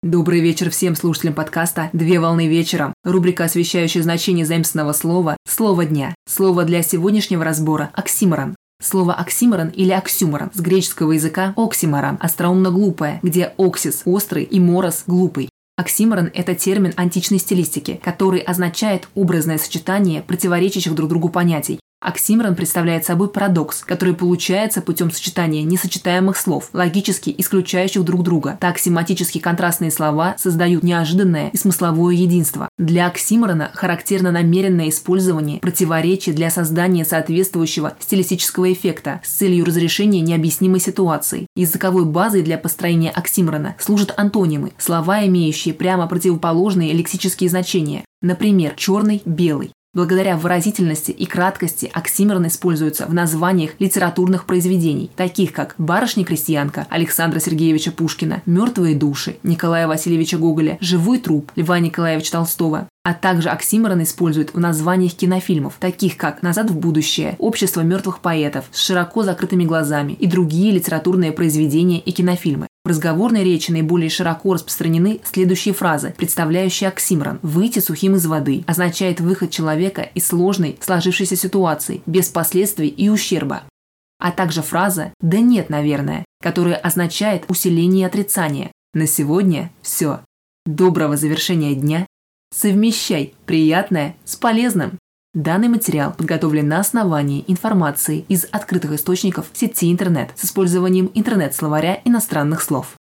Добрый вечер всем слушателям подкаста «Две волны вечером». Рубрика, освещающая значение заимственного слова «Слово дня». Слово для сегодняшнего разбора – оксиморон. Слово оксиморон или оксюморон с греческого языка оксиморон – остроумно глупое, где оксис – острый и морос – глупый. Оксиморон – это термин античной стилистики, который означает образное сочетание противоречащих друг другу понятий. Оксиморон представляет собой парадокс, который получается путем сочетания несочетаемых слов, логически исключающих друг друга. Так семантически контрастные слова создают неожиданное и смысловое единство. Для оксиморона характерно намеренное использование противоречий для создания соответствующего стилистического эффекта с целью разрешения необъяснимой ситуации. Языковой базой для построения оксиморона служат антонимы – слова, имеющие прямо противоположные лексические значения. Например, черный – белый. Благодаря выразительности и краткости оксиморон используется в названиях литературных произведений, таких как «Барышня-крестьянка» Александра Сергеевича Пушкина, «Мертвые души» Николая Васильевича Гоголя, «Живой труп» Льва Николаевича Толстого. А также оксиморон используют в названиях кинофильмов, таких как «Назад в будущее», «Общество мертвых поэтов», «С широко закрытыми глазами» и другие литературные произведения и кинофильмы. В разговорной речи наиболее широко распространены следующие фразы, представляющие оксиморон. «Выйти сухим из воды» означает выход человека из сложной, сложившейся ситуации, без последствий и ущерба. А также фраза «да нет, наверное», которая означает усиление отрицания. На сегодня все. Доброго завершения дня. Совмещай приятное с полезным. Данный материал подготовлен на основании информации из открытых источников сети интернет с использованием интернет-словаря иностранных слов.